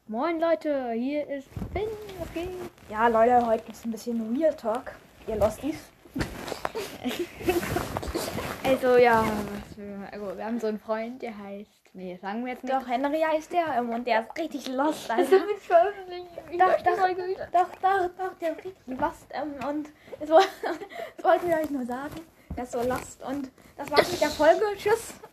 Moin Leute, hier ist Finn, okay? Ja, Leute, heute gibt es ein bisschen Real Talk. Ihr Losties. Also ja, wir haben so einen Freund, der heißt, sagen wir jetzt nicht. Doch, Henry heißt der und der ist richtig lost, Das Alter. ist mit veröffentlicht. Doch, der ist richtig lost und das wollte ich euch nur sagen. Der ist so lost und das war's mit der Folge. Tschüss.